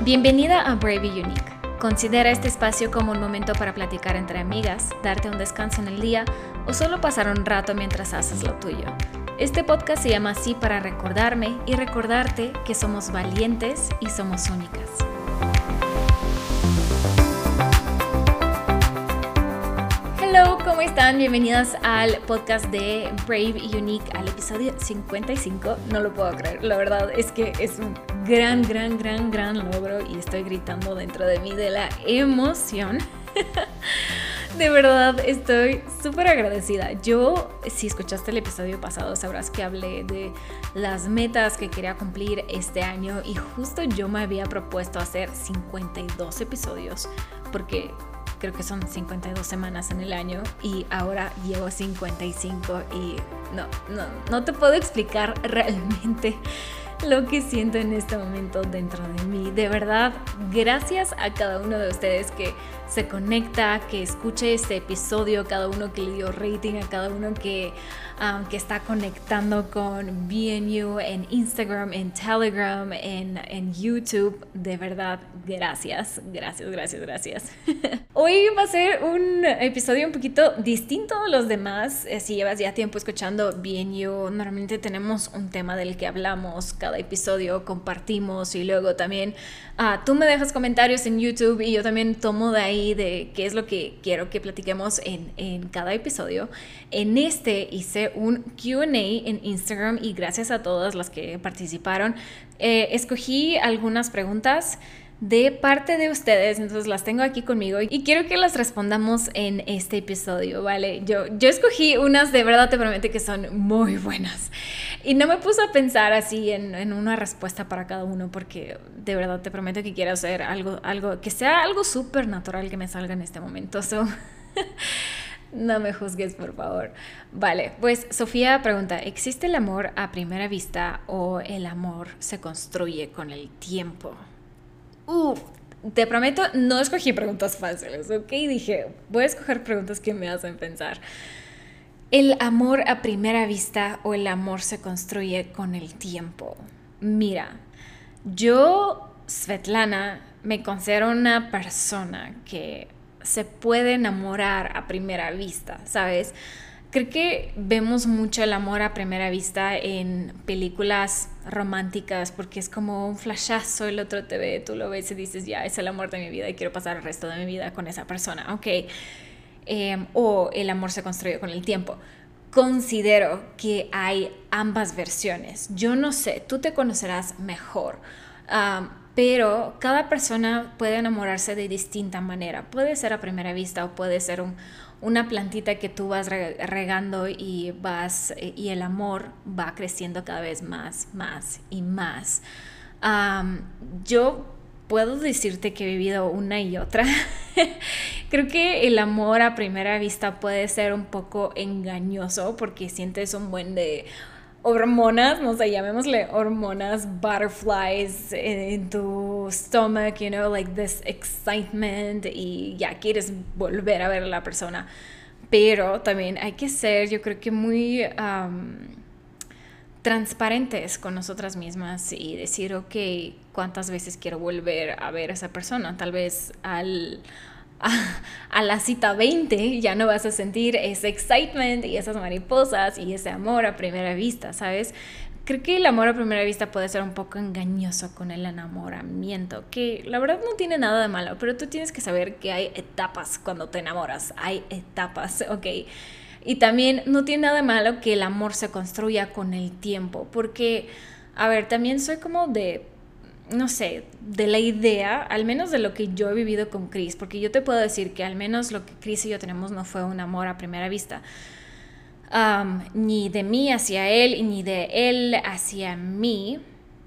Bienvenida a Brave y Unique. Considera este espacio como un momento para platicar entre amigas, darte un descanso en el día o solo pasar un rato mientras haces lo tuyo. Este podcast se llama así para recordarme y recordarte que somos valientes y somos únicas. Hello, ¿cómo están? Bienvenidas al podcast de Brave y Unique, al episodio 55. No lo puedo creer, la verdad es que es un gran logro y estoy gritando dentro de mí de la emoción. De verdad estoy súper agradecida. Si escuchaste el episodio pasado, sabrás que hablé de las metas que quería cumplir este año y justo yo me había propuesto hacer 52 episodios porque creo que son 52 semanas en el año y ahora llevo 55 y no te puedo explicar realmente lo que siento en este momento dentro de mí. De verdad, gracias a cada uno de ustedes que se conecta, que escuche este episodio, cada uno que le dio rating, a cada uno que está conectando con BNU en Instagram, en Telegram, en YouTube. De verdad, gracias. Hoy va a ser un episodio un poquito distinto a los demás. Si llevas ya tiempo escuchando BNU, normalmente tenemos un tema del que hablamos cada episodio, compartimos y luego también tú me dejas comentarios en YouTube y yo también tomo de ahí de qué es lo que quiero que platiquemos en cada episodio. En este hice un Q&A en Instagram y gracias a todas las que participaron. Escogí algunas preguntas de parte de ustedes, entonces las tengo aquí conmigo y quiero que las respondamos en este episodio, ¿vale? Yo escogí unas, de verdad te prometo que son muy buenas y no me puse a pensar así en una respuesta para cada uno porque de verdad te prometo que quiero hacer algo que sea algo súper natural que me salga en este momento. No me juzgues, por favor. Vale, pues Sofía pregunta, ¿existe el amor a primera vista o el amor se construye con el tiempo? Te prometo, no escogí preguntas fáciles, ¿ok? Dije, voy a escoger preguntas que me hacen pensar. ¿El amor a primera vista o el amor se construye con el tiempo? Mira, yo, Svetlana, me considero una persona que se puede enamorar a primera vista, ¿sabes? Creo que vemos mucho el amor a primera vista en películas románticas porque es como un flashazo, el otro te ve, tú lo ves y dices, ya, es el amor de mi vida y quiero pasar el resto de mi vida con esa persona, ok. O el amor se construye con el tiempo. Considero que hay ambas versiones. Yo no sé, tú te conocerás mejor, pero cada persona puede enamorarse de distinta manera. Puede ser a primera vista o puede ser una plantita que tú vas regando y el amor va creciendo cada vez más y más. Yo puedo decirte que he vivido una y otra. Creo que el amor a primera vista puede ser un poco engañoso porque sientes un buen de hormonas, no sé, llamémosle hormonas, butterflies en tu stomach, you know, like this excitement y ya quieres volver a ver a la persona. Pero también hay que ser, yo creo que muy transparentes con nosotras mismas y decir, ok, ¿cuántas veces quiero volver a ver a esa persona? Tal vez a la cita 20 ya no vas a sentir ese excitement y esas mariposas y ese amor a primera vista, ¿sabes? Creo que el amor a primera vista puede ser un poco engañoso con el enamoramiento, que la verdad no tiene nada de malo, pero tú tienes que saber que hay etapas cuando te enamoras, hay etapas, ¿ok? Y también no tiene nada de malo que el amor se construya con el tiempo, porque, a ver, también soy como no sé, de la idea, al menos de lo que yo he vivido con Chris, porque yo te puedo decir que al menos lo que Chris y yo tenemos no fue un amor a primera vista, ni de mí hacia él, ni de él hacia mí.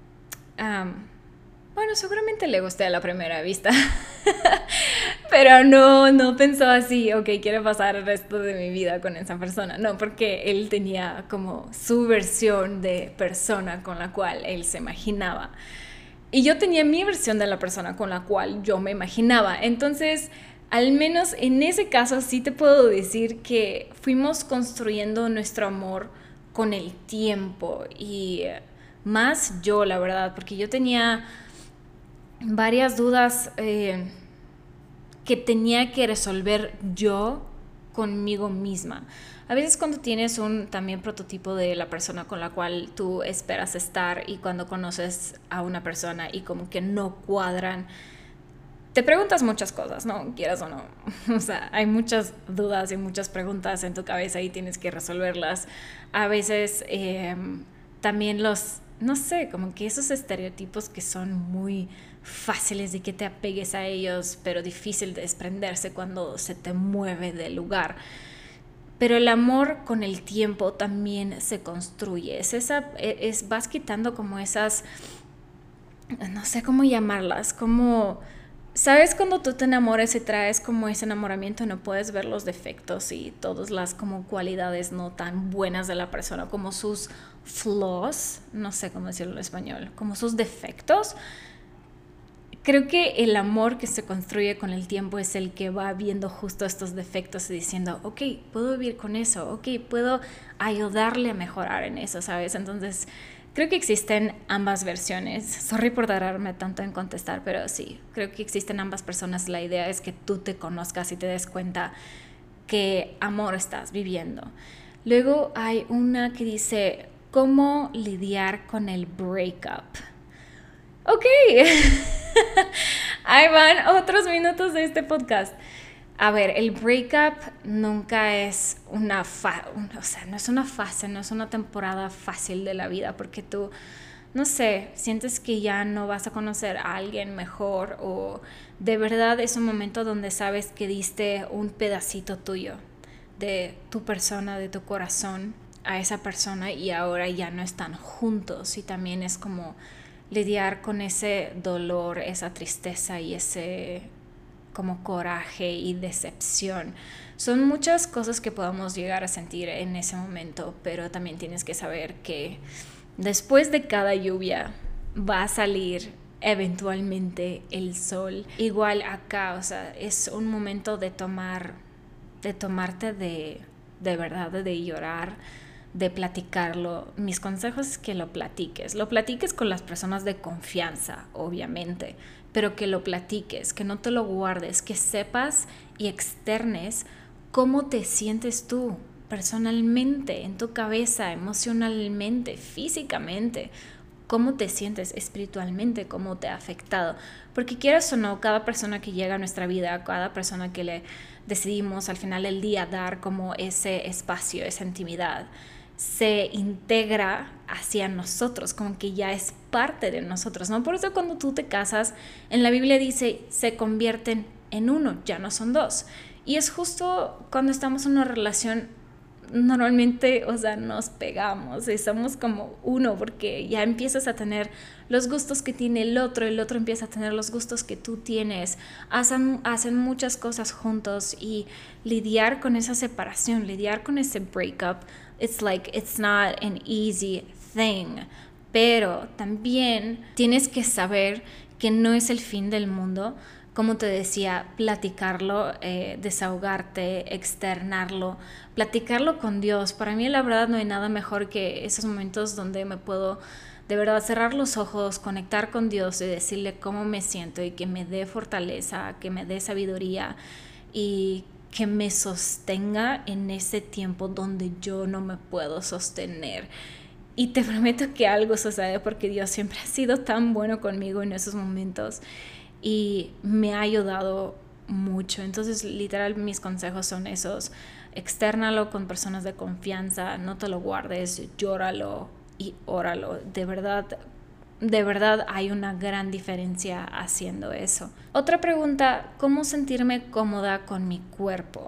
Bueno, seguramente le gusté a la primera vista, pero no pensó así, ok, quiero pasar el resto de mi vida con esa persona. No, porque él tenía como su versión de persona con la cual él se imaginaba. Y yo tenía mi versión de la persona con la cual yo me imaginaba. Entonces, al menos en ese caso sí te puedo decir que fuimos construyendo nuestro amor con el tiempo. Y más yo, la verdad, porque yo tenía varias dudas que tenía que resolver yo conmigo misma. A veces cuando tienes un también prototipo de la persona con la cual tú esperas estar y cuando conoces a una persona y como que no cuadran, te preguntas muchas cosas, ¿no? Quieras o no. O sea, hay muchas dudas y muchas preguntas en tu cabeza y tienes que resolverlas. A veces también no sé, como que esos estereotipos que son muy fáciles de que te apegues a ellos, pero difícil de desprenderse cuando se te mueve del lugar. Pero el amor con el tiempo también se construye. Vas quitando como esas, no sé cómo llamarlas, como, ¿sabes cuando tú te enamoras y traes como ese enamoramiento y no puedes ver los defectos y todas las como cualidades no tan buenas de la persona, como sus flaws, no sé cómo decirlo en español, como sus defectos? Creo que el amor que se construye con el tiempo es el que va viendo justo estos defectos y diciendo, ok, puedo vivir con eso, ok, puedo ayudarle a mejorar en eso, ¿sabes? Entonces, creo que existen ambas versiones. Sorry por tardarme tanto en contestar, pero sí, creo que existen ambas personas. La idea es que tú te conozcas y te des cuenta qué amor estás viviendo. Luego hay una que dice, ¿cómo lidiar con el breakup? Ok, ahí van otros minutos de este podcast. A ver, el breakup nunca es o sea, no es una fase, no es una temporada fácil de la vida porque tú, no sé, sientes que ya no vas a conocer a alguien mejor o de verdad es un momento donde sabes que diste un pedacito tuyo de tu persona, de tu corazón a esa persona y ahora ya no están juntos y también es como lidiar con ese dolor, esa tristeza y ese como coraje y decepción. Son muchas cosas que podemos llegar a sentir en ese momento, pero también tienes que saber que después de cada lluvia va a salir eventualmente el sol. Igual acá, o sea, es un momento de tomarte de verdad, de llorar, de platicarlo. Mis consejos es que lo platiques con las personas de confianza, obviamente, pero que lo platiques, que no te lo guardes, que sepas y externes cómo te sientes tú personalmente, en tu cabeza, emocionalmente, físicamente, cómo te sientes espiritualmente, cómo te ha afectado. Porque quieras o no, cada persona que llega a nuestra vida, cada persona que le decidimos al final del día dar como ese espacio, esa intimidad, se integra hacia nosotros, como que ya es parte de nosotros, ¿no? Por eso cuando tú te casas, en la Biblia dice, se convierten en uno, ya no son dos. Y es justo cuando estamos en una relación, normalmente, o sea, nos pegamos y somos como uno porque ya empiezas a tener los gustos que tiene el otro empieza a tener los gustos que tú tienes, hacen muchas cosas juntos y lidiar con esa separación, lidiar con ese breakup, it's not an easy thing, pero también tienes que saber que no es el fin del mundo. Como te decía, platicarlo, desahogarte, externarlo, platicarlo con Dios. Para mí la verdad no hay nada mejor que esos momentos donde me puedo de verdad cerrar los ojos, conectar con Dios y decirle cómo me siento y que me dé fortaleza, que me dé sabiduría y que me sostenga en ese tiempo donde yo no me puedo sostener. Y te prometo que algo sucede porque Dios siempre ha sido tan bueno conmigo en esos momentos y me ha ayudado mucho. Entonces, literal, mis consejos son esos. Externalo con personas de confianza, no te lo guardes, llóralo y óralo. De verdad hay una gran diferencia haciendo eso. Otra pregunta, ¿cómo sentirme cómoda con mi cuerpo?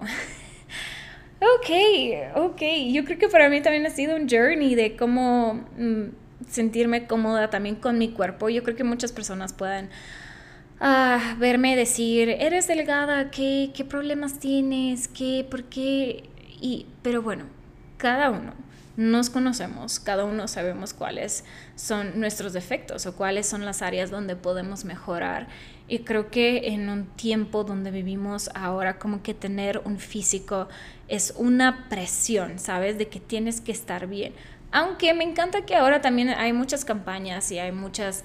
Ok, yo creo que para mí también ha sido un journey de cómo sentirme cómoda también con mi cuerpo. Yo creo que muchas personas pueden verme decir, eres delgada, ¿qué problemas tienes? ¿Por qué? Pero bueno, cada uno nos conocemos, cada uno sabemos cuáles son nuestros defectos o cuáles son las áreas donde podemos mejorar. Y creo que en un tiempo donde vivimos ahora, como que tener un físico es una presión, ¿sabes? De que tienes que estar bien. Aunque me encanta que ahora también hay muchas campañas y hay muchas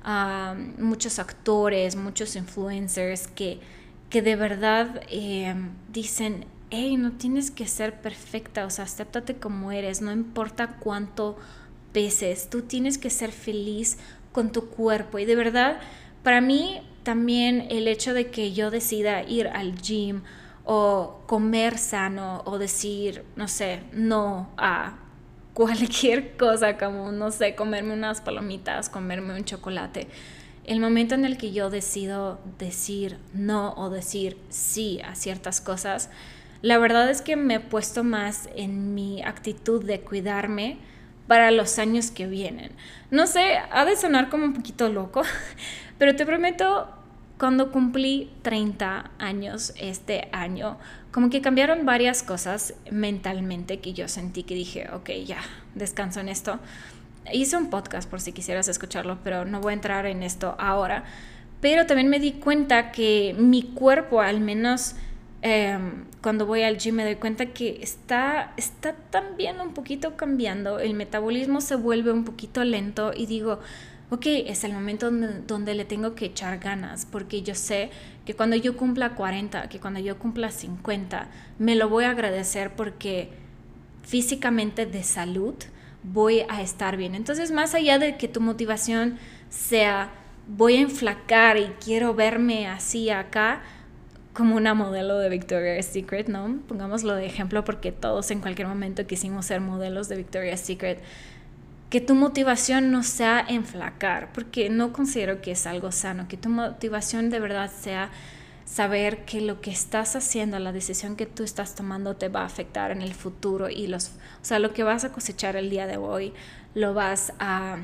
muchos actores, muchos influencers que de verdad dicen, hey, no tienes que ser perfecta, o sea, acéptate como eres, no importa cuánto peses, tú tienes que ser feliz con tu cuerpo. Y de verdad, para mí también el hecho de que yo decida ir al gym o comer sano o decir, no sé, no a cualquier cosa como, no sé, comerme unas palomitas, comerme un chocolate. El momento en el que yo decido decir no o decir sí a ciertas cosas, la verdad es que me he puesto más en mi actitud de cuidarme para los años que vienen. No sé, ha de sonar como un poquito loco, pero te prometo, cuando cumplí 30 años este año, como que cambiaron varias cosas mentalmente que yo sentí que dije, ok, ya, descanso en esto. Hice un podcast por si quisieras escucharlo, pero no voy a entrar en esto ahora. Pero también me di cuenta que mi cuerpo, al menos cuando voy al gym, me doy cuenta que está también un poquito cambiando. El metabolismo se vuelve un poquito lento y digo, ok, es el momento donde le tengo que echar ganas, porque yo sé que cuando yo cumpla 40, que cuando yo cumpla 50, me lo voy a agradecer porque físicamente de salud voy a estar bien. Entonces, más allá de que tu motivación sea voy a enflacar y quiero verme así acá, como una modelo de Victoria's Secret, ¿no? Pongámoslo de ejemplo porque todos en cualquier momento quisimos ser modelos de Victoria's Secret. Que tu motivación no sea enflacar, porque no considero que es algo sano. Que tu motivación de verdad sea saber que lo que estás haciendo, la decisión que tú estás tomando te va a afectar en el futuro y o sea, lo que vas a cosechar el día de hoy lo vas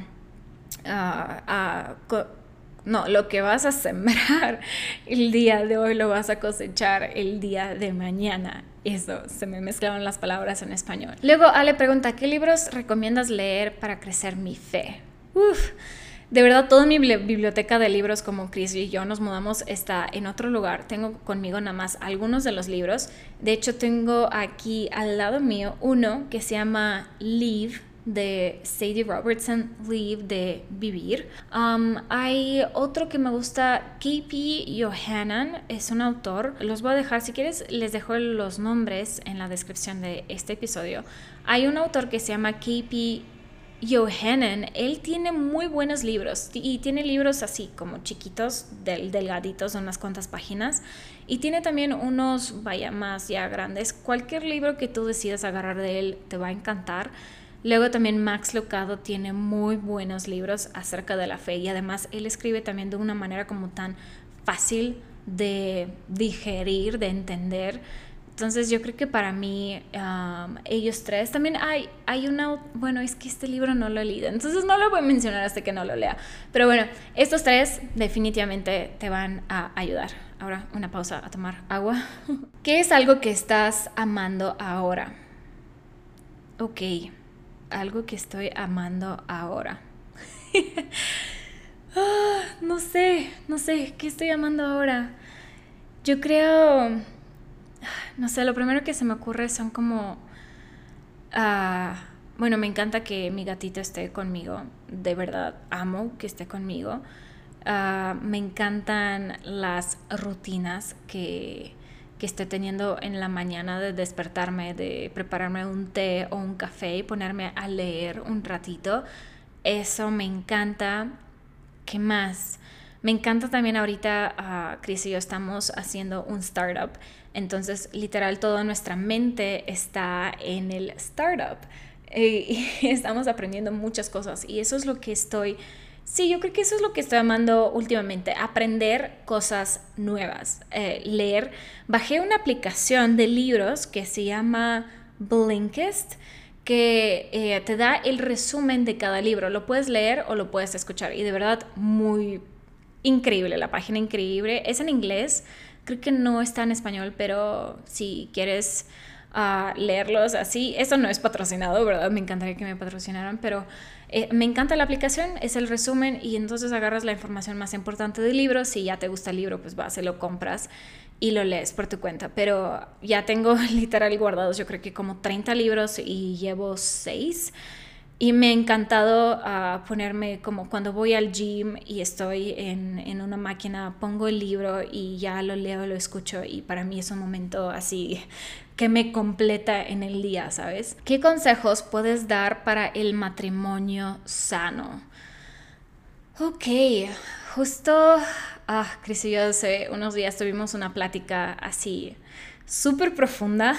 lo que vas a sembrar el día de hoy lo vas a cosechar el día de mañana. Eso, se me mezclaron las palabras en español. Luego Ale pregunta, ¿qué libros recomiendas leer para crecer mi fe? De verdad, toda mi biblioteca de libros, como Chris y yo nos mudamos, está en otro lugar. Tengo conmigo nada más algunos de los libros. De hecho, tengo aquí al lado mío uno que se llama Live, de Sadie Robertson, Live, de Vivir. Hay otro que me gusta, K.P. Yohannan, es un autor. Los voy a dejar, si quieres, les dejo los nombres en la descripción de este episodio. Hay un autor que se llama K.P. Yohannan. Él tiene muy buenos libros y tiene libros así como chiquitos, delgaditos, de unas cuantas páginas, y tiene también unos, vaya, más ya grandes. Cualquier libro que tú decidas agarrar de él te va a encantar. Luego también Max Lucado tiene muy buenos libros acerca de la fe y además él escribe también de una manera como tan fácil de digerir, de entender. Entonces yo creo que para mí ellos tres, también hay una, bueno, es que este libro no lo he leído, entonces no lo voy a mencionar hasta que no lo lea, pero bueno, estos tres definitivamente te van a ayudar. Ahora una pausa a tomar agua. ¿Qué es algo que estás amando ahora? Ok, algo que estoy amando ahora. No sé, ¿qué estoy amando ahora? Yo creo, no sé, lo primero que se me ocurre son como, bueno, me encanta que mi gatito esté conmigo, de verdad amo que esté conmigo. Me encantan las rutinas que esté teniendo en la mañana, de despertarme, de prepararme un té o un café y ponerme a leer un ratito. Eso me encanta. ¿Qué más? Me encanta también ahorita, Chris y yo estamos haciendo un startup. Entonces, literal, toda nuestra mente está en el startup. Y estamos aprendiendo muchas cosas. Y eso es lo que Sí, yo creo que eso es lo que estoy amando últimamente, aprender cosas nuevas, leer. Bajé una aplicación de libros que se llama Blinkist, que te da el resumen de cada libro. Lo puedes leer o lo puedes escuchar y de verdad muy increíble, la página increíble. Es en inglés, creo que no está en español, pero si quieres leerlos así, eso no es patrocinado, ¿verdad? Me encantaría que me patrocinaran, pero me encanta la aplicación, es el resumen y entonces agarras la información más importante del libro. Si ya te gusta el libro, pues vas, se lo compras y lo lees por tu cuenta. Pero ya tengo literal guardados, yo creo que como 30 libros y llevo 6. Y me ha encantado ponerme como cuando voy al gym y estoy en una máquina, pongo el libro y ya lo leo, lo escucho y para mí es un momento así que me completa en el día, ¿sabes? ¿Qué consejos puedes dar para el matrimonio sano? Ok, justo, Cris y yo hace unos días tuvimos una plática así súper profunda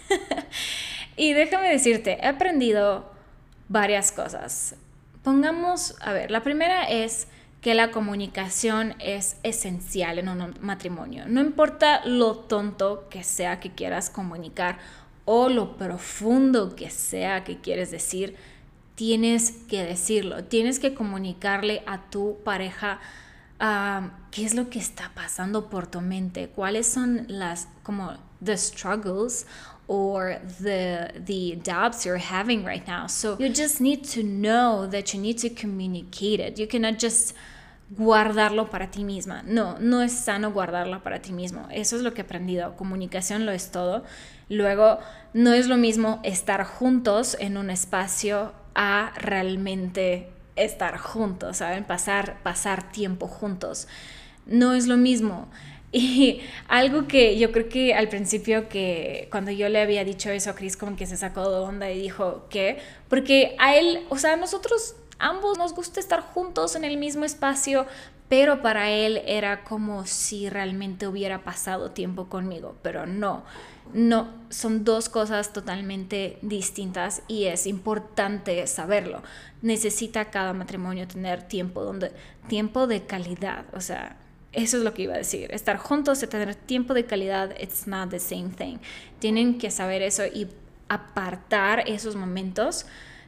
y déjame decirte, he aprendido varias cosas. Pongamos, a ver, la primera es que la comunicación es esencial en un matrimonio. No importa lo tonto que sea que quieras comunicar o lo profundo que sea que quieres decir, tienes que decirlo, tienes que comunicarle a tu pareja qué es lo que está pasando por tu mente, cuáles son las como the struggles or the doubts you're having right now. So you just need to know that you need to communicate it. You cannot just guardarlo para ti misma. No, no es sano guardarlo para ti mismo. Eso es lo que he aprendido. Comunicación lo es todo. Luego, no es lo mismo estar juntos en un espacio a realmente estar juntos, ¿saben? Pasar tiempo juntos. No es lo mismo. Y algo que yo creo que al principio que cuando yo le había dicho eso a Chris como que se sacó de onda y dijo, ¿qué? Porque a él, o sea, a nosotros ambos nos gusta estar juntos en el mismo espacio, pero para él era como si realmente hubiera pasado tiempo conmigo, pero no, son dos cosas totalmente distintas y es importante saberlo. Necesita cada matrimonio tener tiempo de calidad, o sea, eso es lo que iba a decir. Estar juntos y tener tiempo de calidad, it's not the same thing. Tienen que saber eso y apartar esos momentos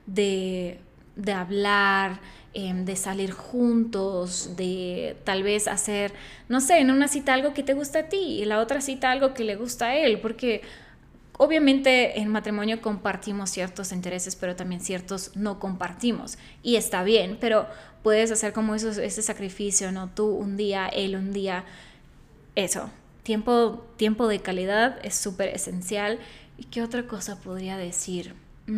de hablar, de salir juntos, de tal vez hacer, no sé, en una cita algo que te gusta a ti y la otra cita algo que le gusta a él, porque obviamente en matrimonio compartimos ciertos intereses, pero también ciertos no compartimos. Y está bien, pero puedes hacer como ese sacrificio, ¿no? Tú un día, él un día. Eso, tiempo de calidad es súper esencial. ¿Y qué otra cosa podría decir?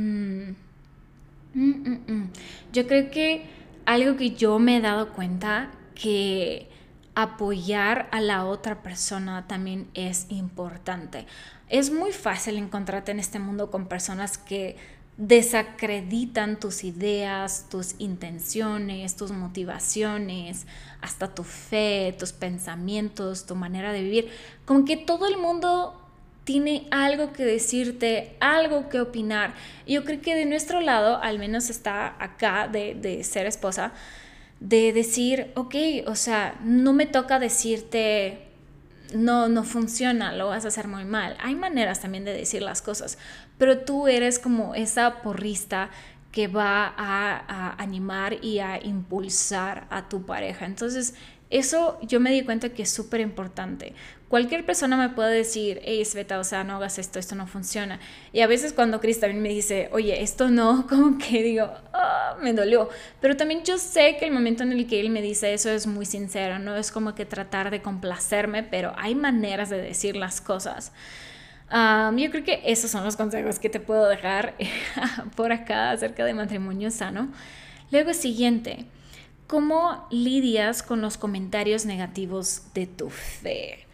Yo creo que algo que yo me he dado cuenta que apoyar a la otra persona también es importante. Es muy fácil encontrarte en este mundo con personas que desacreditan tus ideas, tus intenciones, tus motivaciones, hasta tu fe, tus pensamientos, tu manera de vivir. Como que todo el mundo tiene algo que decirte, algo que opinar. Yo creo que de nuestro lado, al menos está acá de ser esposa, de decir, ok, o sea, no me toca decirte, no funciona, lo vas a hacer muy mal. Hay maneras también de decir las cosas, pero tú eres como esa porrista que va a animar y a impulsar a tu pareja. Entonces, eso yo me di cuenta que es súper importante. Cualquier persona me puede decir, hey, Sveta, o sea, no hagas esto no funciona. Y a veces cuando Chris también me dice, oye, esto no, como que digo, me dolió. Pero también yo sé que el momento en el que él me dice eso es muy sincero, no es como que tratar de complacerme, pero hay maneras de decir las cosas. Yo creo que esos son los consejos que te puedo dejar por acá acerca de matrimonio sano. Luego, siguiente, ¿cómo lidias con los comentarios negativos de tu fe?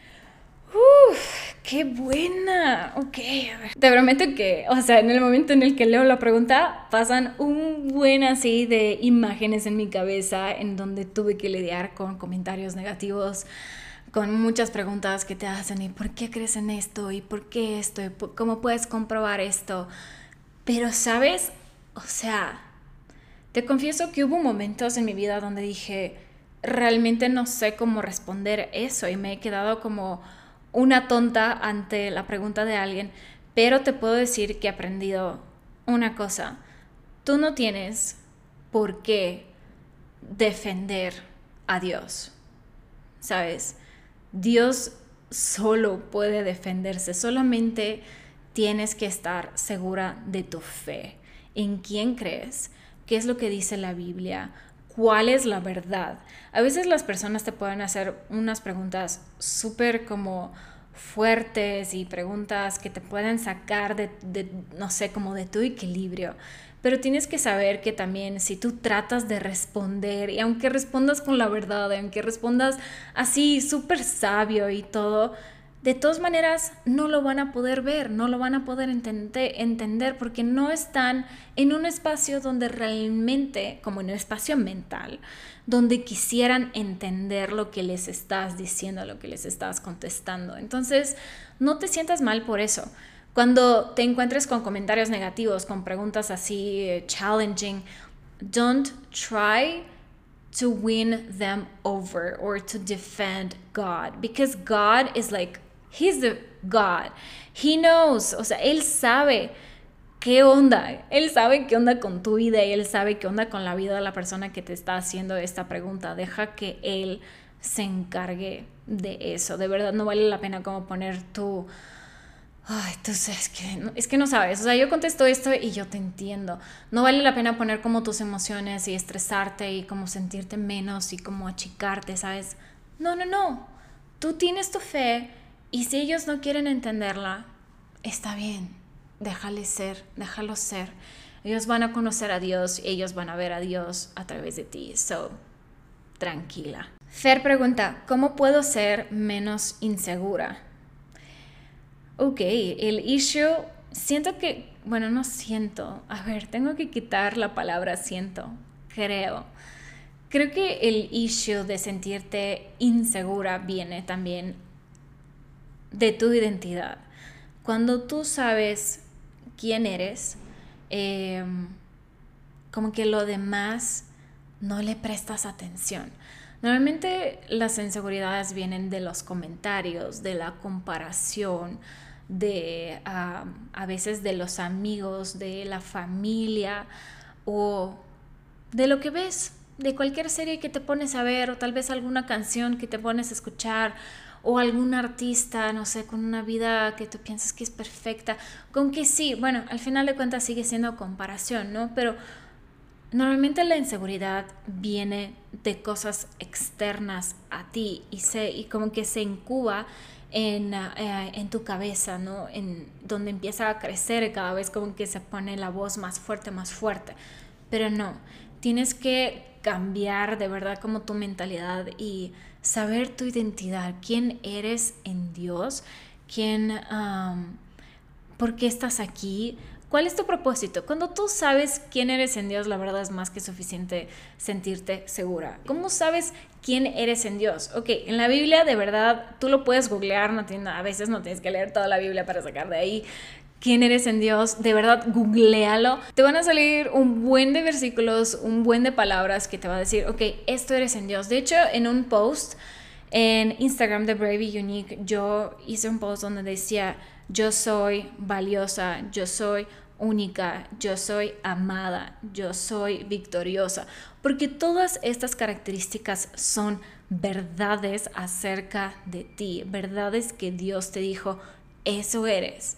¡Qué buena! Ok, a ver. Te prometo que, o sea, en el momento en el que leo la pregunta, pasan un buen así de imágenes en mi cabeza en donde tuve que lidiar con comentarios negativos, con muchas preguntas que te hacen, ¿y por qué crees en esto? ¿Y por qué esto? ¿Y cómo puedes comprobar esto? Pero, ¿sabes? O sea, te confieso que hubo momentos en mi vida donde dije, realmente no sé cómo responder eso y me he quedado como una tonta ante la pregunta de alguien, pero te puedo decir que he aprendido una cosa. Tú no tienes por qué defender a Dios, ¿sabes? Dios solo puede defenderse, solamente tienes que estar segura de tu fe, en quién crees, qué es lo que dice la Biblia, cuál es la verdad. A veces las personas te pueden hacer unas preguntas súper como fuertes y preguntas que te pueden sacar de no sé, como de tu equilibrio. pero tienes que saber que también si tú tratas de responder, y aunque respondas con la verdad, aunque respondas así súper sabio y todo, de todas maneras no lo van a poder ver, no lo van a poder entender porque no están en un espacio donde realmente, como en un espacio mental, donde quisieran entender lo que les estás diciendo, lo que les estás contestando. Entonces, no te sientas mal por eso. Cuando te encuentres con comentarios negativos, con preguntas así challenging, don't try to win them over or to defend God, because God is like, He's the God. He knows, o sea, Él sabe qué onda. Él sabe qué onda con tu vida y Él sabe qué onda con la vida de la persona que te está haciendo esta pregunta. Deja que Él se encargue de eso. De verdad, no vale la pena como poner tu... Ay, entonces es que no sabes, o sea, yo contesto esto y yo te entiendo. No vale la pena poner como tus emociones y estresarte y como sentirte menos y como achicarte, ¿sabes? No, no, no. Tú tienes tu fe y si ellos no quieren entenderla, está bien. Déjales ser, déjalos ser. Ellos van a conocer a Dios y ellos van a ver a Dios a través de ti. So, tranquila. Fer pregunta, ¿cómo puedo ser menos insegura? Ok, el issue, siento que, bueno, no siento, a ver, tengo que quitar la palabra siento, creo. Creo que el issue de sentirte insegura viene también de tu identidad. Cuando tú sabes quién eres, como que lo demás no le prestas atención. Normalmente las inseguridades vienen de los comentarios, de la comparación, de a veces de los amigos, de la familia o de lo que ves, de cualquier serie que te pones a ver o tal vez alguna canción que te pones a escuchar o algún artista, no sé, con una vida que tú piensas que es perfecta, con que sí, bueno, al final de cuentas sigue siendo comparación, ¿no? Pero normalmente la inseguridad viene de cosas externas a ti y como que se incuba en tu cabeza, ¿no? En donde empieza a crecer cada vez como que se pone la voz más fuerte, más fuerte. Pero no, tienes que cambiar de verdad como tu mentalidad y saber tu identidad, quién eres en Dios, por qué estás aquí. ¿Cuál es tu propósito? Cuando tú sabes quién eres en Dios, la verdad es más que suficiente sentirte segura. ¿Cómo sabes quién eres en Dios? Ok, en la Biblia de verdad tú lo puedes googlear, a veces no tienes que leer toda la Biblia para sacar de ahí quién eres en Dios. De verdad, googlealo. Te van a salir un buen de versículos, un buen de palabras que te va a decir, ok, esto eres en Dios. De hecho, en un post en Instagram de Brave y Unique, yo hice un post donde decía, yo soy valiosa, yo soy única, yo soy amada, yo soy victoriosa, porque todas estas características son verdades acerca de ti, verdades que Dios te dijo, eso eres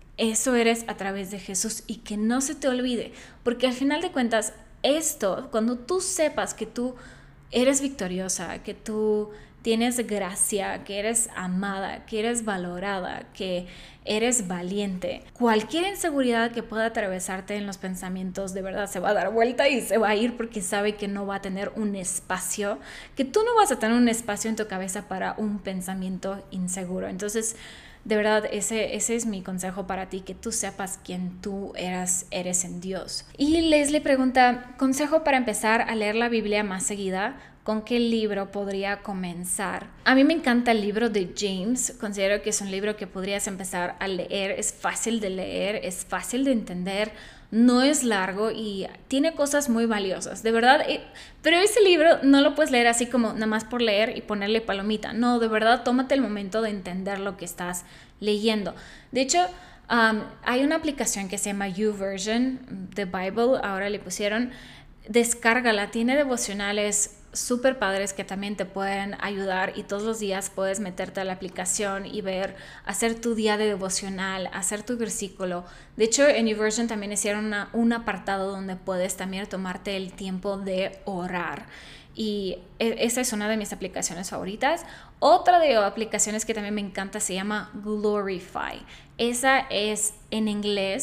a través de Jesús y que no se te olvide, porque al final de cuentas esto, cuando tú sepas que tú eres victoriosa, que tú tienes gracia, que eres amada, que eres valorada, que eres valiente. Cualquier inseguridad que pueda atravesarte en los pensamientos de verdad se va a dar vuelta y se va a ir porque sabe que no va a tener un espacio, que tú no vas a tener un espacio en tu cabeza para un pensamiento inseguro. Entonces, de verdad, ese es mi consejo para ti, que tú sepas quién tú eres en Dios. Y Leslie pregunta, consejo para empezar a leer la Biblia más seguida. ¿Con qué libro podría comenzar? A mí me encanta el libro de James. Considero que es un libro que podrías empezar a leer. Es fácil de leer, es fácil de entender, no es largo y tiene cosas muy valiosas, de verdad. Pero ese libro no lo puedes leer así como nada más por leer y ponerle palomita. No, de verdad, tómate el momento de entender lo que estás leyendo. De hecho, hay una aplicación que se llama YouVersion de Bible, ahora le pusieron, descárgala, tiene devocionales súper padres que también te pueden ayudar y todos los días puedes meterte a la aplicación y ver, hacer tu día de devocional, hacer tu versículo. De hecho, en YouVersion también hicieron un apartado donde puedes también tomarte el tiempo de orar. Y esa es una de mis aplicaciones favoritas. Otra de aplicaciones que también me encanta se llama Glorify. Esa es en inglés,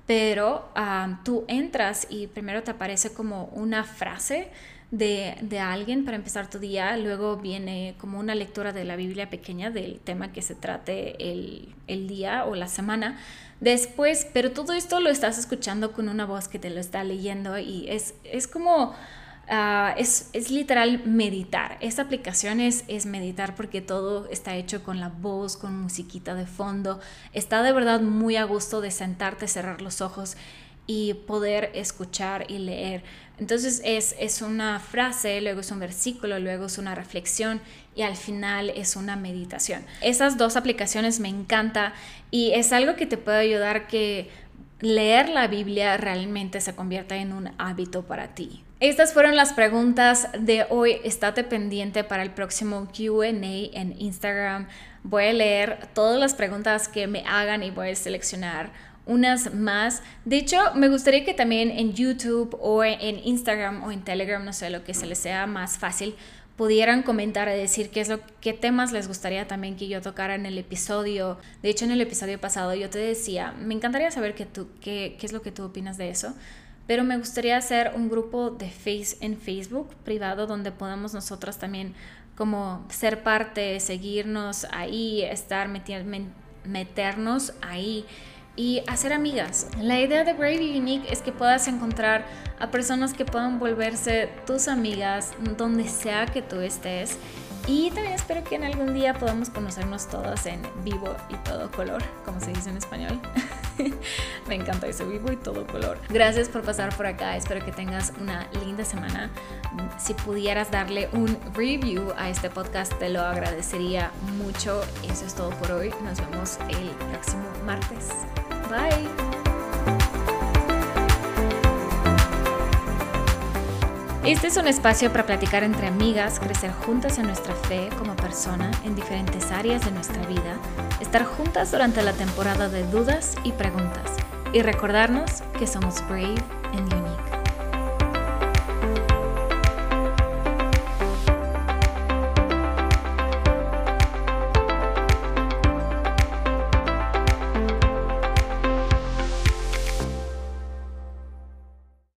pero tú entras y primero te aparece como una frase de alguien para empezar tu día, luego viene como una lectura de la Biblia pequeña del tema que se trate el día o la semana después, pero todo esto lo estás escuchando con una voz que te lo está leyendo y es como... es literal meditar. Esta aplicación es meditar porque todo está hecho con la voz, con musiquita de fondo. Está de verdad muy a gusto de sentarte, cerrar los ojos y poder escuchar y leer. Entonces es una frase, luego es un versículo, luego es una reflexión y al final es una meditación. Esas dos aplicaciones me encantan y es algo que te puede ayudar que leer la Biblia realmente se convierta en un hábito para ti. Estas fueron las preguntas de hoy. Estate pendiente para el próximo Q&A en Instagram. Voy a leer todas las preguntas que me hagan y voy a seleccionar unas más. De hecho, me gustaría que también en YouTube o en Instagram o en Telegram, no sé, lo que se les sea más fácil, pudieran comentar y decir qué temas les gustaría también que yo tocara en el episodio. De hecho, en el episodio pasado yo te decía, me encantaría saber qué es lo que tú opinas de eso, pero me gustaría hacer un grupo en Facebook privado donde podamos nosotras también como ser parte, seguirnos ahí, meternos ahí y hacer amigas. La idea de Brave y Unique es que puedas encontrar a personas que puedan volverse tus amigas donde sea que tú estés, y también espero que en algún día podamos conocernos todas en vivo y todo color, como se dice en español. Me encanta ese vivo y todo color. Gracias por pasar por acá, espero que tengas una linda semana. Si pudieras darle un review a este podcast te lo agradecería mucho. Eso es todo por hoy, nos vemos el próximo martes. Bye. Este es un espacio para platicar entre amigas, crecer juntas en nuestra fe como persona en diferentes áreas de nuestra vida, estar juntas durante la temporada de dudas y preguntas y recordarnos que somos brave and unique.